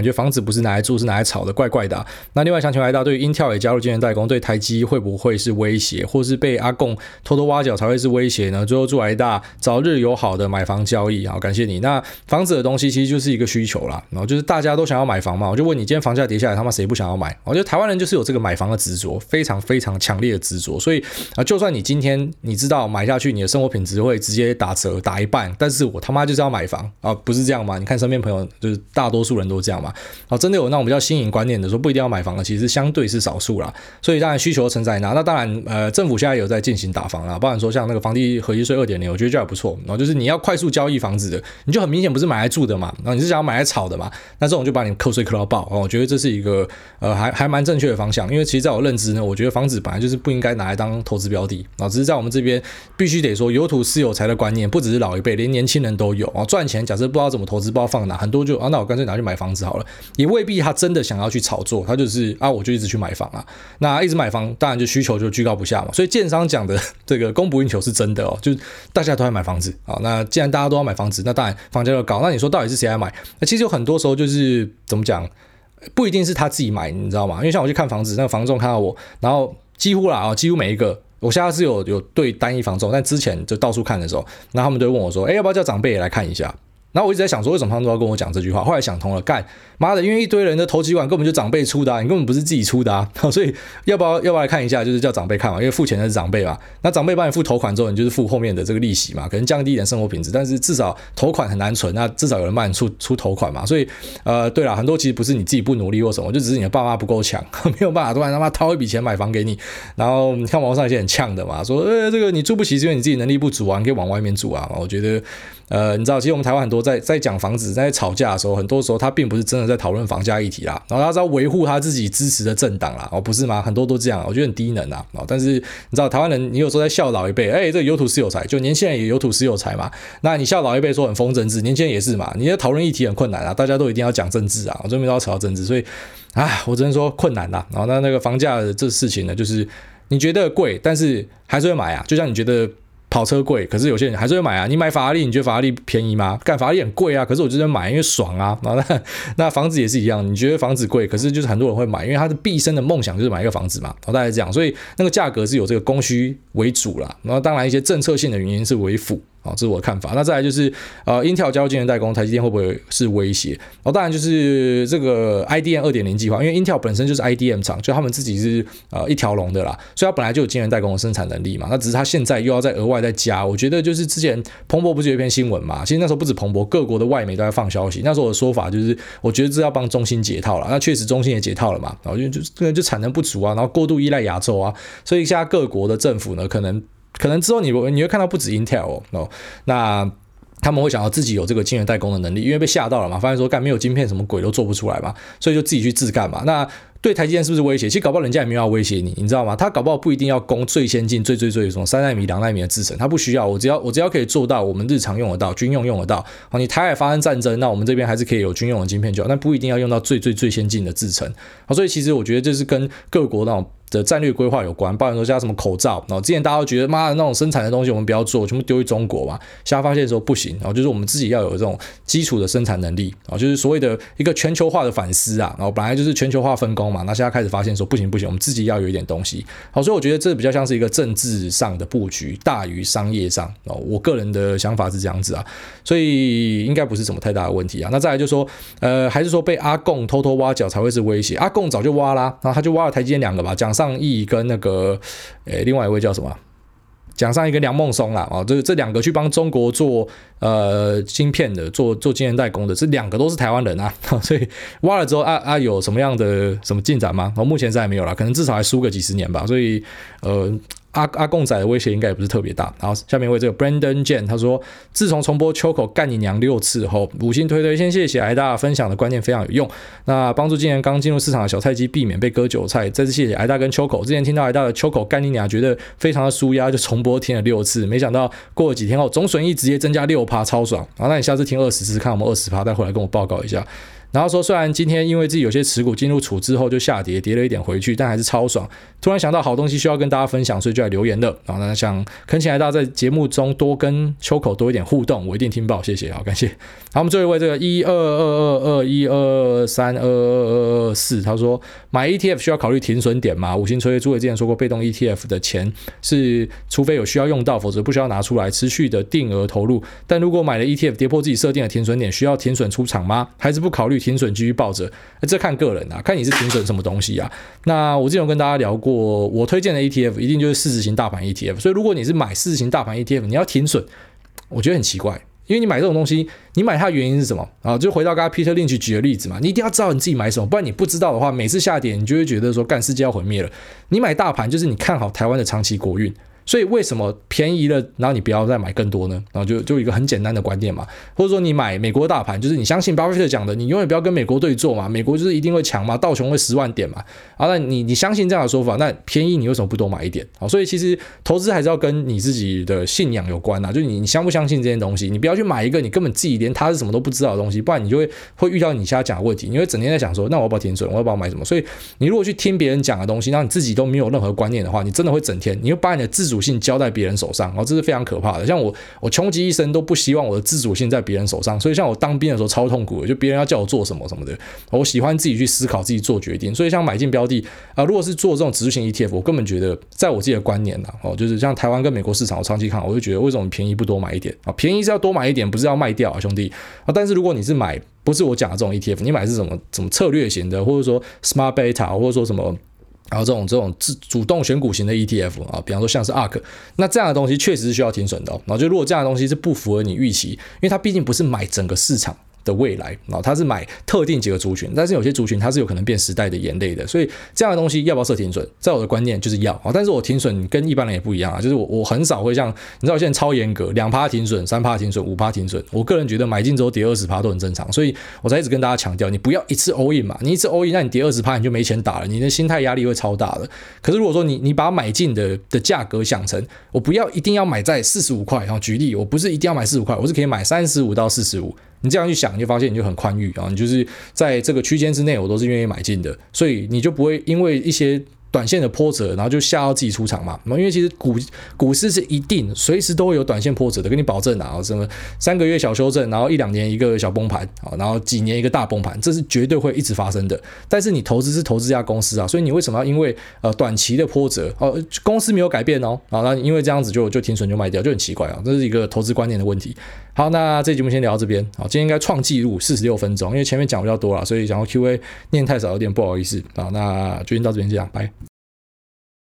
不是拿来住，是拿来炒的，怪怪的、啊。那另外想请问艾大，对于 Intel 也加入晶圆代工，对台积会不会是威胁，或是被阿共偷偷挖角才会是威胁呢？最后祝艾大早日有好的买房交易，好，感谢你。那房子的东西其实就是一个需求啦，然后就是大家都想要买房嘛，我就问你，今天房价跌下来，他妈谁不想要买？我觉得台湾人就是有这个买房的执着，非常非常强烈的执着，所以啊，就算你今天你知道买下去，你的生活品质会直接打折打一半，但是我他妈就是要买房啊，不是这样吗？你看身边朋友就是大多数人都这样嘛，啊，真的有那种比较新颖观念的说不一定要买房的，其实相对是少数啦，所以当然需求承载拿，那当然呃政府现在有在进行打房啦，包含说像那个房地合一税 二点零， 我觉得就还不错，然后就是你要快速交易房子的，你就很明显不是买来住的嘛，然后你是想要买来炒的嘛，那这种就把你扣税扣到爆，我觉得这是一个呃还还蛮正确的方向，因为其实在我认知呢，我觉得房子本来就是不应该拿来当投资标的，然后只是在我们这边必须得说有土斯有财的观念，不只是老一辈，连年轻人都有啊，赚钱假设不知道怎么投资，不知道放哪，很多就啊那我干脆拿去买房子好了，也未必他真的想要去炒作，他就是啊我就一直去买房啊，那一直买房当然就需求就居高不下嘛，所以建商讲的这个供不应求是真的哦，就是大家都在买房子啊，那既然大家都要买房子，那当然房价就高，那你说到底是谁来买？那其实有很多时候就是怎么讲，不一定是他自己买，你知道吗？因为像我去看房子，那个房仲看到我，然后几乎啦，几乎每一个，我现在是有有对单一房仲，但之前就到处看的时候，那他们就会问我说，哎，要不要叫长辈也来看一下？然后我一直在想说，为什么他们都要跟我讲这句话？后来想通了，干妈的，因为一堆人的头期款根本就长辈出的、啊，你根本不是自己出的啊，所以要不要要不要来看一下？就是叫长辈看嘛，因为付钱的是长辈嘛。那长辈帮你付头款之后，你就是付后面的这个利息嘛，可能降低一点生活品质，但是至少头款很难存，那至少有人帮你出出头款嘛。所以呃，对啦，很多其实不是你自己不努力或什么，就只是你的爸妈不够强，没有办法突然他妈掏一笔钱买房给你。然后你看网上一些很呛的嘛，说呃这个你住不起是因为你自己能力不足啊，你可以往外面住啊。我觉得呃，你知道，其实我们台湾很多在在讲房子。在吵架的时候，很多时候他并不是真的在讨论房价议题啦，然后他是要维护他自己支持的政党啦，哦，不是吗？很多都这样，我觉得很低能啊。哦，但是你知道台湾人，你有时候在笑老一辈，哎、欸，这个有土是有财，就年轻人也有土是有财嘛。那你笑老一辈说很疯政治，年轻人也是嘛。你在讨论议题很困难啊，大家都一定要讲政治啊，我这边都要吵到政治，所以，啊，我只能说困难啦。然后那那个房价的这事情呢，就是你觉得贵，但是还是会买啊，就像你觉得。跑车贵，可是有些人还是会买啊。你买法拉利，你觉得法拉利便宜吗？干法拉利很贵啊，可是我就是买，因为爽啊。然后那那房子也是一样，你觉得房子贵，可是就是很多人会买，因为他的毕生的梦想就是买一个房子嘛。然后大概是这样，所以那个价格是有这个供需为主啦。然后当然一些政策性的原因是为辅。好，这是我的看法。那再来就是，呃 ，Intel 加入晶圆代工，台积电会不会是威胁？然后当然就是这个 I D M 二点零 计划，因为 Intel 本身就是 I D M 厂，就他们自己是呃一条龙的啦，所以它本来就有晶圆代工的生产能力嘛。那只是它现在又要再额外再加，我觉得就是之前彭博不是有一篇新闻嘛？其实那时候不止彭博，各国的外媒都在放消息。那时候我的说法就是，我觉得这要帮中芯解套了。那确实中芯也解套了嘛，然后就就就产能不足啊，然后过度依赖亚洲啊，所以现在各国的政府呢，可能。可能之后你你会看到不止 Intel 哦，那他们会想要自己有这个晶圆代工的能力，因为被吓到了嘛，发现说干没有晶片什么鬼都做不出来嘛，所以就自己去自干嘛。那对台积电是不是威胁？其实搞不好人家也没有要威胁你，你知道吗？他搞不好不一定要攻最先进、最最最什么三奈米、两奈米的制程，他不需要。我只要我只要可以做到，我们日常用得到、军用用得到。好，你台海发生战争，那我们这边还是可以有军用的晶片就好，但不一定要用到最最最先进的制程。好，所以其实我觉得这是跟各国那种。的战略规划有关，包含说像什么口罩，然后之前大家都觉得妈的那种生产的东西我们不要做，全部丢去中国嘛，现在发现说不行，然后就是我们自己要有这种基础的生产能力，然后就是所谓的一个全球化的反思啊，然后本来就是全球化分工嘛，那现在开始发现说不行不行，我们自己要有一点东西，好，所以我觉得这比较像是一个政治上的布局大于商业上，我个人的想法是这样子啊，所以应该不是什么太大的问题啊。那再来就是说，呃，还是说被阿共偷偷挖角才会是威胁？阿共早就挖啦，然后他就挖了台积电两个吧，蒋尚义跟那个，诶，另外一位叫什么？蒋尚义跟梁孟松啦，哦，这这两个去帮中国做呃芯片的，做做晶圆代工的，这两个都是台湾人啊，所以挖了之后啊啊有什么样的什么进展吗？哦，目前是还没有啦，可能至少还输个几十年吧，所以呃。阿阿共仔的威胁应该也不是特别大。然后下面为这个 Brandon Jen 他说，自从重播秋口干你娘六次后，五星推推，先谢谢艾大分享的观念非常有用。那帮助今年刚进入市场的小菜鸡避免被割韭菜。再次谢谢艾大跟秋口。之前听到艾大的秋口干你娘，觉得非常的舒压，就重播听了六次。没想到过了几天后，总损益直接增加六趴，超爽。然后那你下次听二十次，看我们二十趴，再回来跟我报告一下。 然后说虽然今天因为自己有些持股进入处之后就下跌，跌了一点回去，但还是超爽。突然想到好东西需要跟大家分享，所以就来留言了。然后那想恳请大家在节目中多跟秋口多一点互动，我一定听报，谢谢，好感谢。好，我们最后一位这个一二二二二一二三二二二二四，他说买 E T F 需要考虑停损点吗？五星吹吹，诸位之前说过，被动 E T F 的钱是除非有需要用到，否则不需要拿出来持续的定额投入。但如果买了 E T F 跌破自己设定的停损点，需要停损出场吗？还是不考虑停损继续抱着？这看个人啊，看你是停损什么东西啊。那我之前有跟大家聊过，我推荐的 E T F 一定就是市值型大盘 E T F， 所以如果你是买市值型大盘 E T F， 你要停损，我觉得很奇怪。因为你买这种东西，你买它的原因是什么啊？就回到刚才 Peter Lynch 举的例子嘛，你一定要知道你自己买什么，不然你不知道的话，每次下跌你就会觉得说干世界要毁灭了。你买大盘就是你看好台湾的长期国运。所以为什么便宜了，然后你不要再买更多呢？然后就就一个很简单的观念嘛，或者说你买美国大盘，就是你相信巴菲特讲的，你永远不要跟美国对做嘛，美国就是一定会强嘛，道琼会十万点嘛，啊，那你你相信这样的说法，那便宜你为什么不多买一点？好，所以其实投资还是要跟你自己的信仰有关啊，就是你你相不相信这件东西，你不要去买一个你根本自己连它是什么都不知道的东西，不然你就会会遇到你现在讲的问题，你会整天在想说，那我要不要停损，我要不要买什么？所以你如果去听别人讲的东西，然后你自己都没有任何观念的话，你真的会整天，你会把你的自主性交在别人手上，然后这是非常可怕的。像我，我穷极一生都不希望我的自主性在别人手上，所以像我当兵的时候超痛苦的，就别人要叫我做什么什么的，我喜欢自己去思考，自己做决定。所以像买进标的啊、呃，如果是做这种指数型 E T F， 我根本觉得在我自己的观念啊，哦，就是像台湾跟美国市场，我长期看好，我就觉得为什么便宜不多买一点啊？便宜是要多买一点，不是要卖掉啊，兄弟啊！但是如果你是买不是我讲的这种 E T F， 你买的是什么什么策略型的，或者说 Smart Beta， 或者说什么。然后这种这种主动选股型的 E T F 啊，比方说像是 A R K， 那这样的东西确实是需要停损的、哦。然后就如果这样的东西是不符合你预期，因为它毕竟不是买整个市场的未来，然后它是买特定几个族群，但是有些族群它是有可能变时代的眼泪的，所以这样的东西要不要设停损，在我的观念就是要，但是我停损跟一般人也不一样啊，就是我我很少会像你知道我现在超严格， 百分之二 停损 百分之三 停损 百分之五 停损，我个人觉得买进之后跌 百分之二十 都很正常，所以我才一直跟大家强调，你不要一次 all in 嘛，你一次 all in 那你跌 百分之二十 你就没钱打了，你的心态压力会超大的。可是如果说你你把买进的的价格想成我不要一定要买在四十五块，然后举例我不是一定要买四十五块，我是可以买三十五到四十五，你这样去想，你就发现你就很宽裕啊，你就是在这个区间之内，我都是愿意买进的，所以你就不会因为一些短线的波折，然后就吓到自己出场嘛。因为其实股股市是一定随时都会有短线波折的，跟你保证啊，什么三个月小修正，然后一两年一个小崩盘，然后几年一个大崩盘，这是绝对会一直发生的。但是你投资是投资这家公司啊，所以你为什么要因为呃短期的波折，哦、呃，公司没有改变哦，啊，那因为这样子就就停损就卖掉，就很奇怪啊，这是一个投资观念的问题。好，那这节目先聊到这边。好，今天应该创纪录四十六分钟，因为前面讲比较多了，所以讲到 Q A 念太少有点不好意思。好，那就先到这边这样，拜。